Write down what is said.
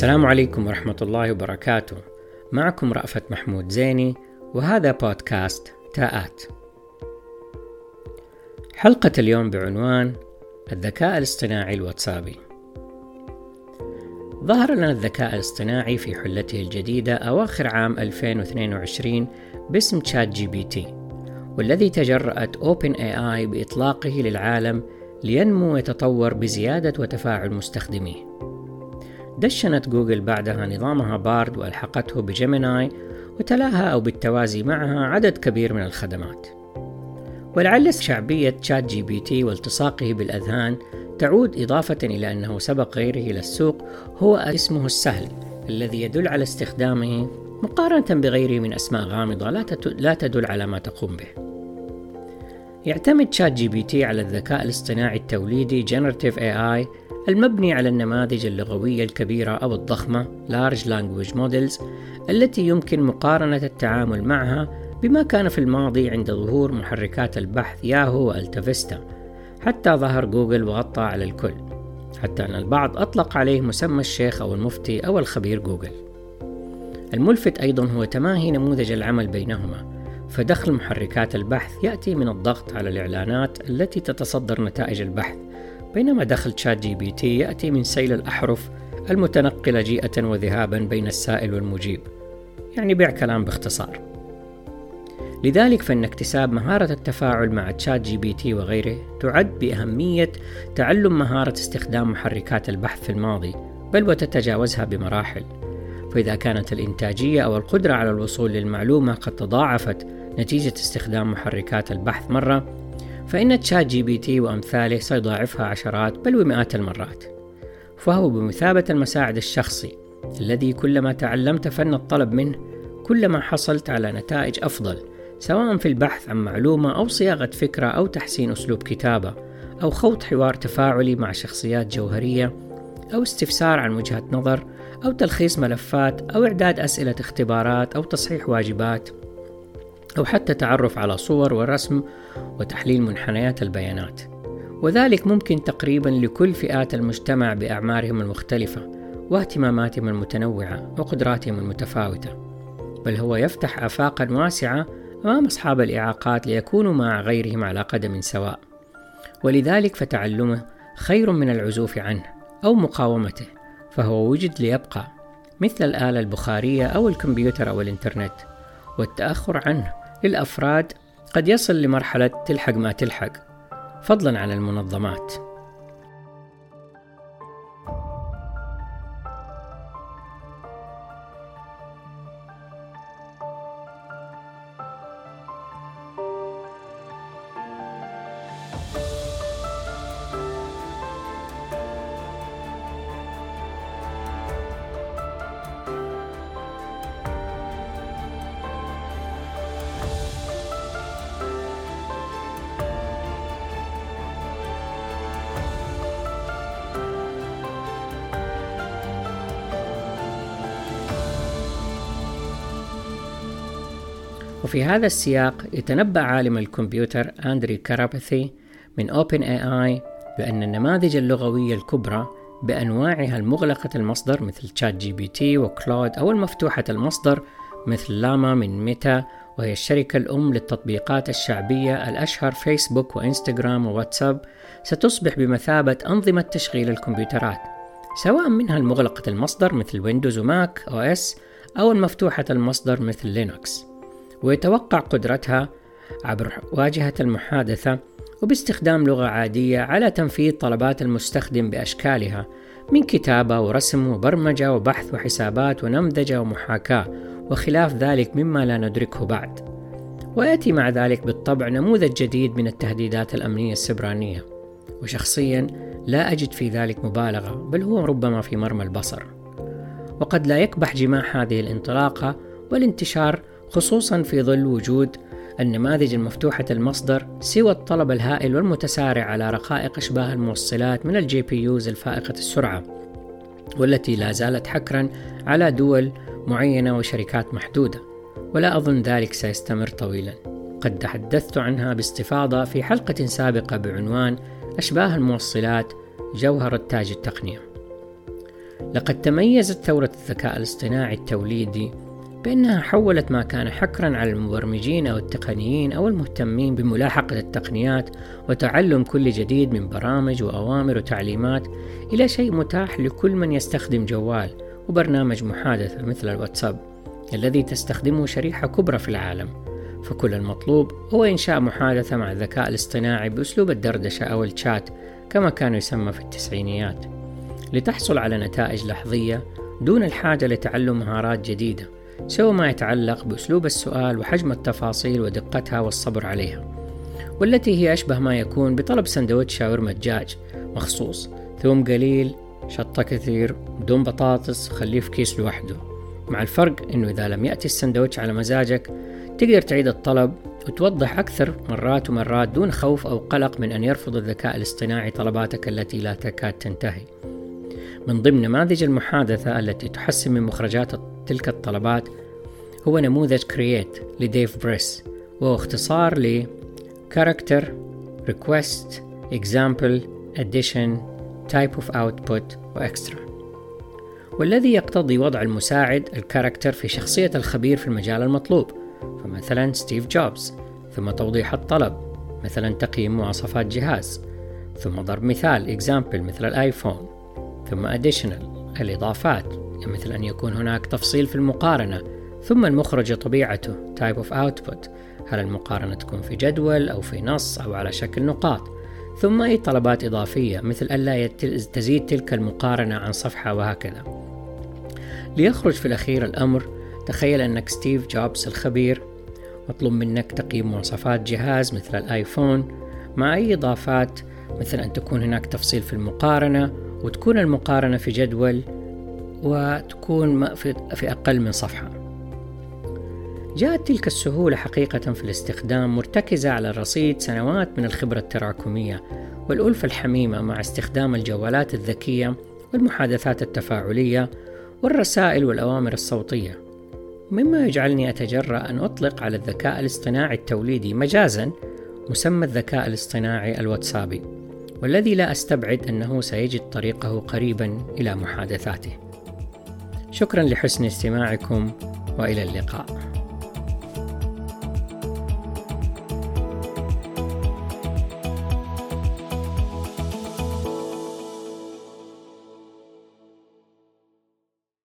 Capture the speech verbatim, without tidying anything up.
السلام عليكم ورحمة الله وبركاته. معكم رأفت محمود زيني، وهذا بودكاست تاءات. حلقة اليوم بعنوان الذكاء الاصطناعي الواتسابي. ظهر لنا الذكاء الاصطناعي في حلته الجديدة أواخر عام ألفين واثنين وعشرين باسم تشات جي بي تي، والذي تجرأت أوبن إيه آي بإطلاقه للعالم لينمو ويتطور بزيادة وتفاعل مستخدميه. دشنت جوجل بعدها نظامها بارد وألحقته بجيميناي، وتلاها أو بالتوازي معها عدد كبير من الخدمات. ولعل شعبية تشات جي بي تي والتصاقه بالأذهان تعود إضافة إلى أنه سبق غيره إلى السوق هو اسمه السهل الذي يدل على استخدامه مقارنة بغيره من أسماء غامضة لا تدل على ما تقوم به. يعتمد تشات جي بي تي على الذكاء الاصطناعي التوليدي Generative إيه آي المبني على النماذج اللغوية الكبيرة أو الضخمة Large Language Models التي يمكن مقارنة التعامل معها بما كان في الماضي عند ظهور محركات البحث ياهو وألتافيستا، حتى ظهر جوجل وغطى على الكل، حتى أن البعض أطلق عليه مسمى الشيخ أو المفتي أو الخبير جوجل. الملفت أيضا هو تماهي نموذج العمل بينهما، فدخل محركات البحث يأتي من الضغط على الإعلانات التي تتصدر نتائج البحث، بينما دخل تشات جي بي تي يأتي من سيل الأحرف المتنقلة جيئة وذهابا بين السائل والمجيب، يعني بيع كلام باختصار. لذلك فإن اكتساب مهارة التفاعل مع تشات جي بي تي وغيره تعد بأهمية تعلم مهارة استخدام محركات البحث في الماضي، بل وتتجاوزها بمراحل. فإذا كانت الإنتاجية أو القدرة على الوصول للمعلومة قد تضاعفت نتيجة استخدام محركات البحث مرة، فإن تشات جي بي تي وأمثاله سيضاعفها عشرات بل ومئات المرات. فهو بمثابة المساعد الشخصي الذي كلما تعلمت فن الطلب منه كلما حصلت على نتائج أفضل، سواء في البحث عن معلومة أو صياغة فكرة أو تحسين أسلوب كتابة أو خوض حوار تفاعلي مع شخصيات جوهرية أو استفسار عن وجهة نظر أو تلخيص ملفات أو إعداد أسئلة اختبارات أو تصحيح واجبات أو حتى تعرف على صور ورسم وتحليل منحنيات البيانات. وذلك ممكن تقريبا لكل فئات المجتمع بأعمارهم المختلفة واهتماماتهم المتنوعة وقدراتهم المتفاوتة، بل هو يفتح آفاقا واسعة أمام أصحاب الإعاقات ليكونوا مع غيرهم على قدم سواء. ولذلك فتعلمه خير من العزوف عنه أو مقاومته، فهو وجد ليبقى، مثل الآلة البخارية أو الكمبيوتر أو الإنترنت. والتأخر عنه للأفراد قد يصل لمرحلة تلحق ما تلحق، فضلا عن المنظمات. وفي هذا السياق يتنبأ عالم الكمبيوتر أندري كاراباثي من أوبن إيه آي بأن النماذج اللغوية الكبرى بأنواعها المغلقة المصدر مثل تشات جي بي تي وكلاود، أو المفتوحة المصدر مثل لاما من ميتا، وهي الشركة الأم للتطبيقات الشعبية الأشهر فيسبوك وإنستغرام وواتساب، ستصبح بمثابة أنظمة تشغيل الكمبيوترات، سواء منها المغلقة المصدر مثل ويندوز وماك أو إس، أو المفتوحة المصدر مثل لينوكس. ويتوقع قدرتها عبر واجهة المحادثة وباستخدام لغة عادية على تنفيذ طلبات المستخدم بأشكالها، من كتابة ورسم وبرمجة وبحث وحسابات ونمذجة ومحاكاة وخلاف ذلك مما لا ندركه بعد. ويأتي مع ذلك بالطبع نموذج جديد من التهديدات الأمنية السبرانية، وشخصيا لا أجد في ذلك مبالغة، بل هو ربما في مرمى البصر. وقد لا يقبح جماح هذه الانطلاقة والانتشار، خصوصا في ظل وجود النماذج المفتوحة المصدر، سوى الطلب الهائل والمتسارع على رقائق أشباه الموصلات من الجي بي يوز الفائقة السرعة، والتي لا زالت حكرا على دول معينة وشركات محدودة، ولا أظن ذلك سيستمر طويلا. قد تحدثت عنها باستفاضة في حلقة سابقة بعنوان أشباه الموصلات جوهر التاج التقنية. لقد تميزت ثورة الذكاء الاصطناعي التوليدي بأنها حولت ما كان حكراً على المبرمجين أو التقنيين أو المهتمين بملاحقة التقنيات وتعلم كل جديد من برامج وأوامر وتعليمات إلى شيء متاح لكل من يستخدم جوال وبرنامج محادثة مثل الواتساب الذي تستخدمه شريحة كبرى في العالم. فكل المطلوب هو إنشاء محادثة مع الذكاء الاصطناعي بأسلوب الدردشة أو الشات كما كان يسمى في التسعينيات، لتحصل على نتائج لحظية دون الحاجة لتعلم مهارات جديدة سوى ما يتعلق بأسلوب السؤال وحجم التفاصيل ودقتها والصبر عليها، والتي هي أشبه ما يكون بطلب سندوتش شاورما دجاج مخصوص، ثوم قليل، شطة كثير، بدون بطاطس، خليه في كيس لوحده، مع الفرق إنه إذا لم يأتي السندوتش على مزاجك تقدر تعيد الطلب وتوضح أكثر مرات ومرات دون خوف أو قلق من أن يرفض الذكاء الاصطناعي طلباتك التي لا تكاد تنتهي. من ضمن نماذج المحادثة التي تحسن من مخرجات تلك الطلبات هو نموذج Create لديف بريس، وهو اختصار ل Character, Request, Example, Addition, Type of Output وإكسترا، والذي يقتضي وضع المساعد الكاركتر في شخصية الخبير في المجال المطلوب، فمثلا ستيف جوبز، ثم توضيح الطلب مثلا تقييم مواصفات جهاز، ثم ضرب مثال example مثل الآيفون، ثم additional الإضافات مثل أن يكون هناك تفصيل في المقارنة، ثم المخرج طبيعته type of output، هل المقارنة تكون في جدول أو في نص أو على شكل نقاط، ثم أي طلبات إضافية مثل ألا تزيد تلك المقارنة عن صفحة وهكذا. ليخرج في الأخير الأمر، تخيل أنك ستيف جوبز الخبير مطلوب منك تقييم مواصفات جهاز مثل الآيفون مع أي إضافات مثل أن تكون هناك تفصيل في المقارنة وتكون المقارنة في جدول وتكون في أقل من صفحة. جاءت تلك السهولة حقيقة في الاستخدام مرتكزة على رصيد سنوات من الخبرة التراكمية والألفة الحميمة مع استخدام الجوالات الذكية والمحادثات التفاعلية والرسائل والأوامر الصوتية، مما يجعلني أتجرأ أن أطلق على الذكاء الاصطناعي التوليدي مجازاً مسمى الذكاء الاصطناعي الواتسابي، والذي لا أستبعد أنه سيجد طريقه قريباً إلى محادثاته. شكراً لحسن استماعكم وإلى اللقاء.